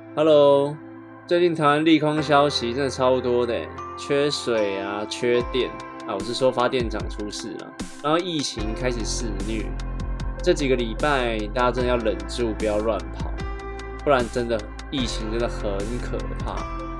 Hello，最近台湾利空消息真的超多的，缺水啊，缺电啊，我是说发电厂出事了，然后疫情开始肆虐，这几个礼拜大家真的要忍住，不要乱跑，不然真的疫情真的很可怕。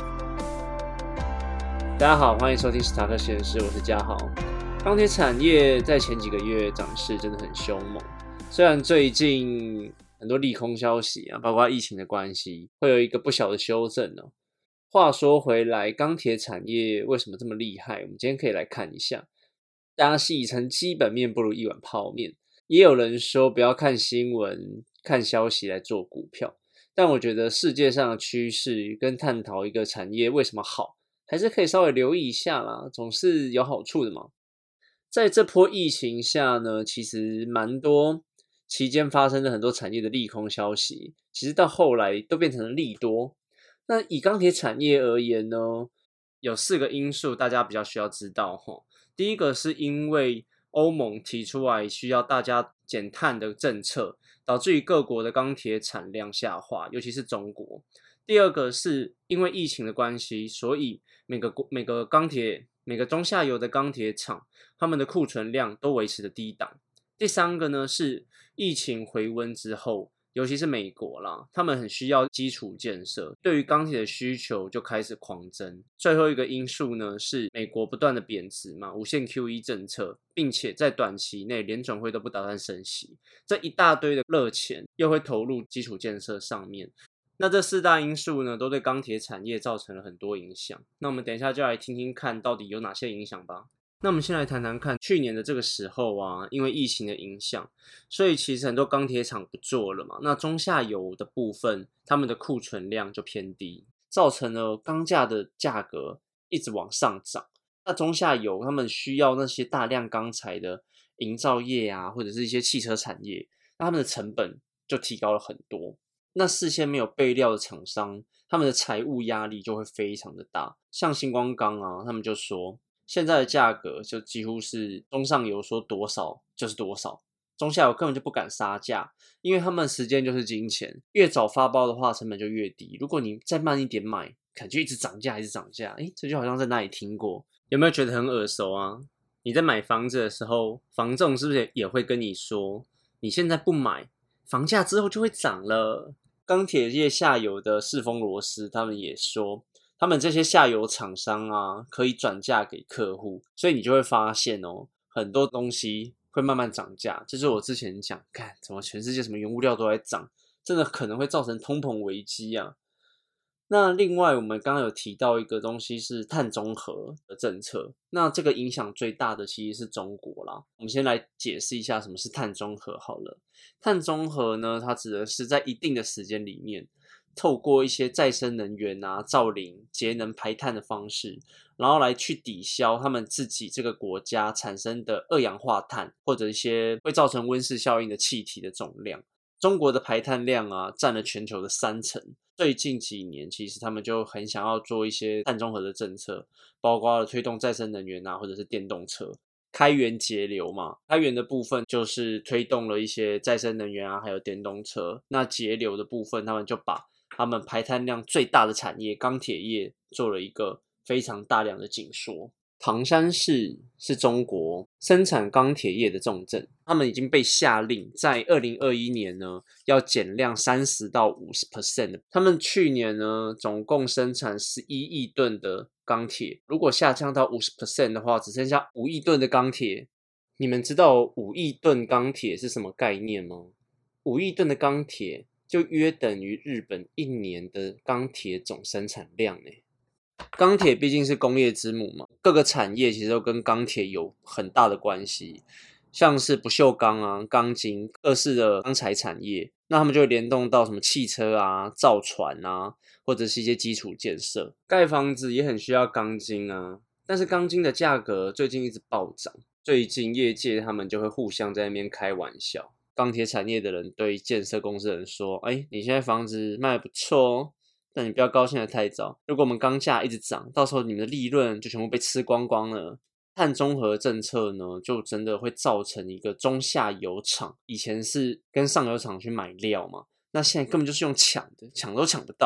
大家好，欢迎收听史塔克实验室，我是嘉豪。钢铁产业在前几个月涨势真的很凶猛，虽然最近很多利空消息啊，包括疫情的关系，会有一个不小的修正哦。话说回来，钢铁产业为什么这么厉害？我们今天可以来看一下。大家戏称基本面不如一碗泡面，也有人说不要看新闻、看消息来做股票。但我觉得世界上的趋势跟探讨一个产业为什么好，还是可以稍微留意一下啦，总是有好处的嘛。在这波疫情下呢，其实蛮多期间发生的很多产业的利空消息，其实到后来都变成了利多。那以钢铁产业而言呢，有4个因素大家比较需要知道齁。第一个是因为欧盟提出来需要大家减碳的政策，导致于各国的钢铁产量下滑，尤其是中国。第二个是因为疫情的关系，所以每个中下游的钢铁厂，他们的库存量都维持的低档。第三个呢是疫情回温之后，尤其是美国啦，他们很需要基础建设，对于钢铁的需求就开始狂增。最后一个因素呢是美国不断的贬值嘛，无限 QE 政策，并且在短期内联准会都不打算升息，这一大堆的热钱又会投入基础建设上面。那这4大因素呢，都对钢铁产业造成了很多影响。那我们等一下就来听听看到底有哪些影响吧。那我们先来谈谈看，去年的这个时候啊，因为疫情的影响，所以其实很多钢铁厂不做了嘛。那中下游的部分，他们的库存量就偏低，造成了钢价的价格一直往上涨。那中下游他们需要那些大量钢材的营造业啊，或者是一些汽车产业，那他们的成本就提高了很多。那事先没有备料的厂商，他们的财务压力就会非常的大。像星光钢啊，他们就说，现在的价格就几乎是中上游说多少就是多少，中下游根本就不敢杀价，因为他们时间就是金钱，越早发包的话成本就越低。如果你再慢一点买，可能就一直涨价，一直涨价。这就好像在哪里听过，有没有觉得很耳熟啊？你在买房子的时候，房仲是不是也会跟你说，你现在不买，房价之后就会涨了？钢铁业下游的世丰螺丝，他们也说，他们这些下游厂商啊，可以转嫁给客户，所以你就会发现哦，很多东西会慢慢涨价。这就是我之前讲，看怎么全世界什么原物料都在涨，真的可能会造成通膨危机啊。那另外我们刚刚有提到一个东西是碳中和的政策，那这个影响最大的其实是中国啦。我们先来解释一下什么是碳中和好了。碳中和呢，它指的是在一定的时间里面，透过一些再生能源啊、造林、节能排碳的方式，然后来去抵消他们自己这个国家产生的二氧化碳或者一些会造成温室效应的气体的总量。中国的排碳量啊，占了全球的30%。最近几年，其实他们就很想要做一些碳中和的政策，包括了推动再生能源啊，或者是电动车。开源节流嘛，开源的部分就是推动了一些再生能源啊，还有电动车。那节流的部分，他们就把他们排碳量最大的产业钢铁业做了一个非常大量的紧缩。唐山市是中国生产钢铁业的重镇，他们已经被下令在2021年呢要减量30%到50%。他们去年呢总共生产11亿吨的钢铁，如果下降到50% 的话，只剩下5亿吨的钢铁。你们知道5亿吨钢铁是什么概念吗？5亿吨的钢铁就约等于日本1年的钢铁总生产量耶。钢铁毕竟是工业之母嘛，各个产业其实都跟钢铁有很大的关系，像是不锈钢啊、钢筋、各式的钢材产业，那他们就会联动到什么汽车啊、造船啊，或者是一些基础建设。盖房子也很需要钢筋啊，但是钢筋的价格最近一直暴涨，最近业界他们就会互相在那边开玩笑。钢铁产业的人对建设公司的人说，你现在房子卖得不错哦，但你不要高兴得太早，如果我们钢价一直涨，到时候你们的利润就全部被吃光光了。碳中和政策呢，就真的会造成一个中下游厂，以前是跟上游厂去买料嘛，那现在根本就是用抢的，抢都抢不到。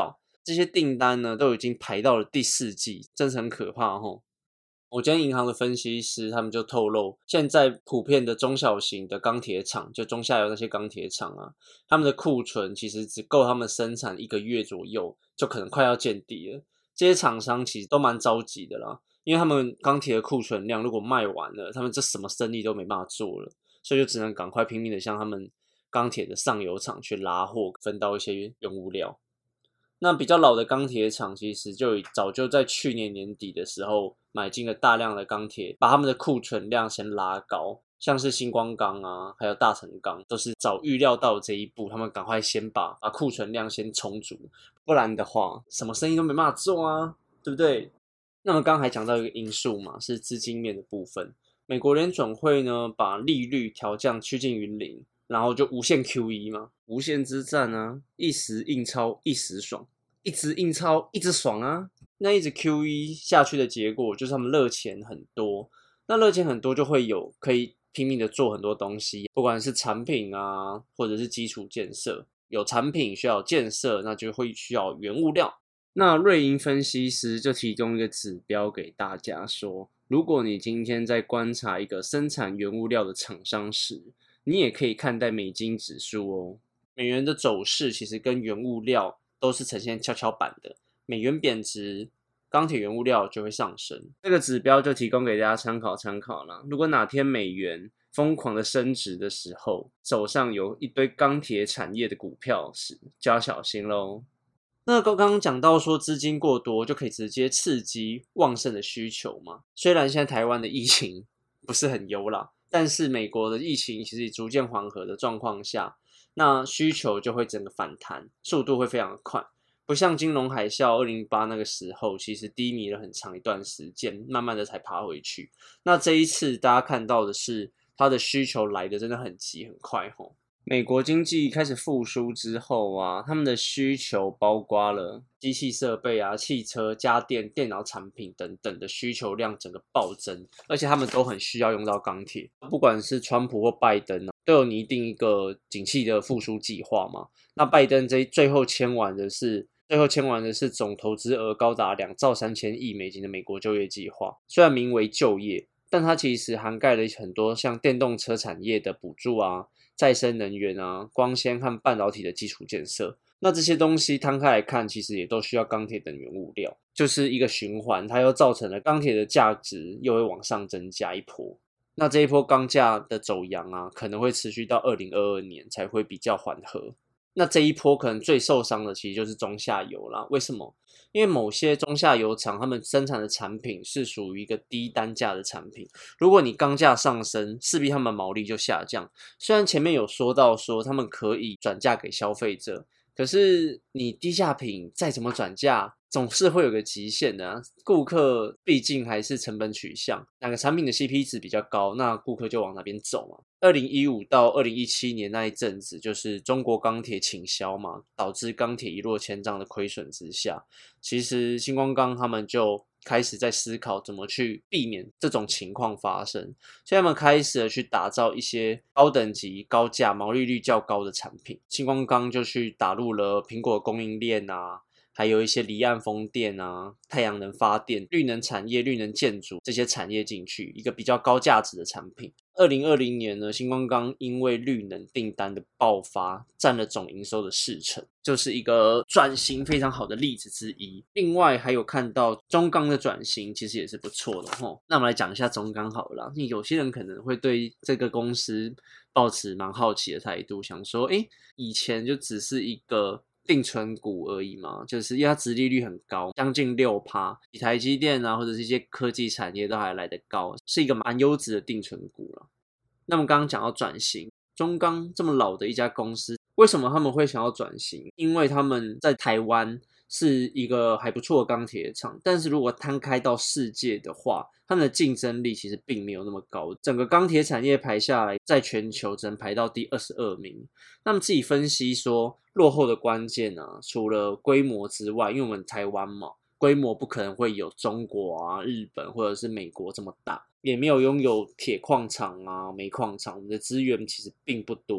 这些订单呢都已经排到了第4季，真是很可怕齁。我今天银行的分析师他们就透露，现在普遍的中小型的钢铁厂，就中下游那些钢铁厂啊，他们的库存其实只够他们生产1个月左右，就可能快要见底了。这些厂商其实都蛮着急的啦，因为他们钢铁的库存量如果卖完了，他们这什么生意都没办法做了，所以就只能赶快拼命的向他们钢铁的上游厂去拉货，分到一些原物料。那比较老的钢铁厂其实早就在去年年底的时候买进了大量的钢铁，把他们的库存量先拉高，像是星光钢啊，还有大成钢，都是早预料到这一步，他们赶快先把库存量先充足，不然的话，什么生意都没办法做啊，对不对？那么刚才讲到一个因素嘛，是资金面的部分。美国联准会呢，把利率调降趋近于0，然后就无限 QE 嘛，无限之战啊，一时印钞一时爽，一直印钞一直爽啊。那一直 QE 下去的结果就是他们热钱很多，那热钱很多就会有可以拼命的做很多东西，不管是产品啊，或者是基础建设。有产品需要建设，那就会需要原物料。那瑞银分析师就提供一个指标给大家说，如果你今天在观察一个生产原物料的厂商时，你也可以看待美金指数哦。美元的走势其实跟原物料都是呈现跷跷板的，美元贬值，钢铁原物料就会上升。这个指标就提供给大家参考啦。如果哪天美元疯狂的升值的时候，手上有一堆钢铁产业的股票时，就要小心咯。那刚刚讲到说资金过多就可以直接刺激旺盛的需求嘛，虽然现在台湾的疫情不是很优啦，但是美国的疫情其实逐渐缓和的状况下，那需求就会整个反弹，速度会非常的快，不像金融海啸2008那个时候，其实低迷了很长一段时间，慢慢的才爬回去。那这一次大家看到的是它的需求来的真的很急很快齁。美国经济开始复苏之后啊，他们的需求包括了机器设备啊、汽车、家电、电脑产品等等的需求量整个暴增，而且他们都很需要用到钢铁。不管是川普或拜登啊，都有拟定一个景气的复苏计划嘛。那拜登最后签完的是总投资额高达2兆3000亿美金的美国就业计划，虽然名为就业，但它其实涵盖了很多像电动车产业的补助啊、再生能源啊、光纤和半导体的基础建设。那这些东西摊开来看，其实也都需要钢铁等原物料，就是一个循环，它又造成了钢铁的价值又会往上增加一波。那这一波钢价的走扬啊，可能会持续到2022年才会比较缓和。那这一波可能最受伤的其实就是中下游啦。为什么？因为某些中下游厂他们生产的产品是属于一个低单价的产品，如果你钢价上升，势必他们毛利就下降。虽然前面有说到说他们可以转嫁给消费者，可是你低价品再怎么转嫁，总是会有个极限的啊。顾客毕竟还是成本取向，哪个产品的 CP 值比较高，那顾客就往那边走嘛。2015到2017年那一阵子，就是中国钢铁倾销嘛，导致钢铁一落千丈的亏损之下，其实星光钢他们就开始在思考怎么去避免这种情况发生，所以他们开始了去打造一些高等级、高价、毛利率较高的产品。星光钢就去打入了苹果供应链啊，还有一些离岸风电啊、太阳能发电、绿能产业、绿能建筑这些产业进去，一个比较高价值的产品。2020年呢，星光钢因为绿能订单的爆发，占了总营收的40%，就是一个转型非常好的例子之一。另外还有看到中钢的转型，其实也是不错的齁。那我们来讲一下中钢好了啦，有些人可能会对这个公司抱持蛮好奇的态度，想说，以前就只是一个定存股而已嘛，就是因为它殖利率很高，将近6%，比台积电啊或者是一些科技产业都还来得高，是一个蛮优质的定存股了。那么刚刚讲到转型，中钢这么老的一家公司，为什么他们会想要转型？因为他们在台湾是一个还不错的钢铁厂，但是如果摊开到世界的话，他们的竞争力其实并没有那么高，整个钢铁产业排下来，在全球只能排到第22名。那么自己分析说，落后的关键啊，除了规模之外，因为我们台湾嘛，规模不可能会有中国啊、日本或者是美国这么大，也没有拥有铁矿厂啊、煤矿厂，我们的资源其实并不多。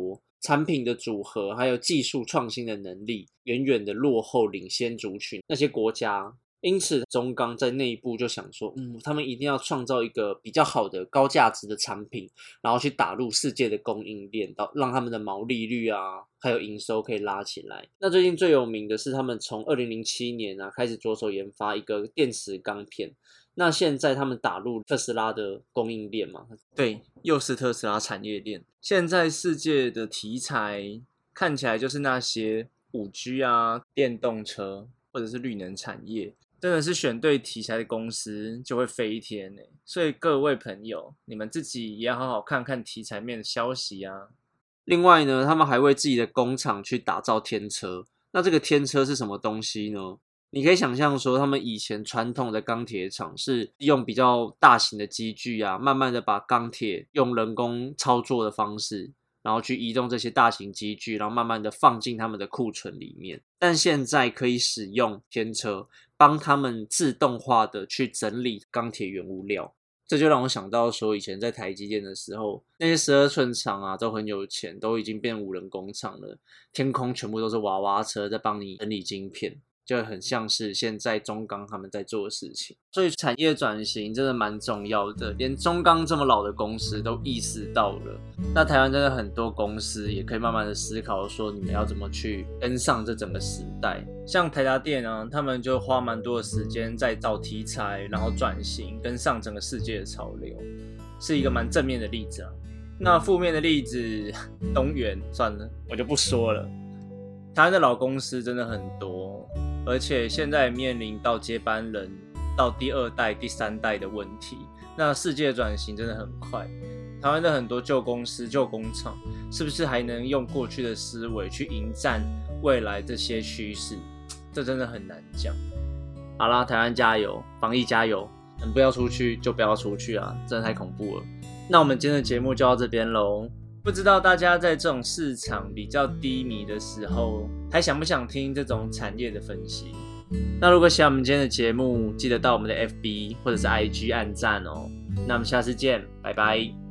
产品的组合还有技术创新的能力远远的落后领先族群那些国家。因此中钢在内部就想说他们一定要创造一个比较好的高价值的产品，然后去打入世界的供应链，让他们的毛利率啊还有营收可以拉起来。那最近最有名的是他们从2007年开始着手研发一个电池钢片，那现在他们打入特斯拉的供应链嘛。 对，又是特斯拉产业链。现在世界的题材看起来就是那些 5G 啊、电动车或者是绿能产业，真的是选对题材的公司就会飞天耶。所以各位朋友，你们自己也要好好看看题材面的消息啊。 另外呢，他们还为自己的工厂去打造天车。那这个天车是什么东西呢？你可以想象说，他们以前传统的钢铁厂是用比较大型的机具啊，慢慢的把钢铁用人工操作的方式，然后去移动这些大型机具，然后慢慢的放进他们的库存里面。但现在可以使用天车帮他们自动化的去整理钢铁原物料。这就让我想到说，以前在台积电的时候，那些12寸厂啊都很有钱，都已经变无人工厂了，天空全部都是娃娃车在帮你整理晶片，就很像是现在中钢他们在做的事情。所以产业转型真的蛮重要的，连中钢这么老的公司都意识到了。那台湾真的很多公司也可以慢慢的思考说，你们要怎么去跟上这整个时代。 像台达电啊，他们就花蛮多的时间在找题材，然后转型跟上整个世界的潮流，是一个蛮正面的例子啊。那负面的例子，东元算了，我就不说了。台湾的老公司真的很多，而且现在面临到接班人到第2代、第3代的问题。那世界转型真的很快，台湾的很多旧公司、旧工厂，是不是还能用过去的思维去迎战未来这些趋势？这真的很难讲。 好啦，台湾加油，防疫加油，能不要出去就不要出去啊，真的太恐怖了。 那我们今天的节目就到这边咯。不知道大家在这种市场比较低迷的时候，还想不想听这种产业的分析？ 那如果喜欢我们今天的节目，记得到我们的 FB 或者是 IG 按赞哦。那我们下次见，拜拜。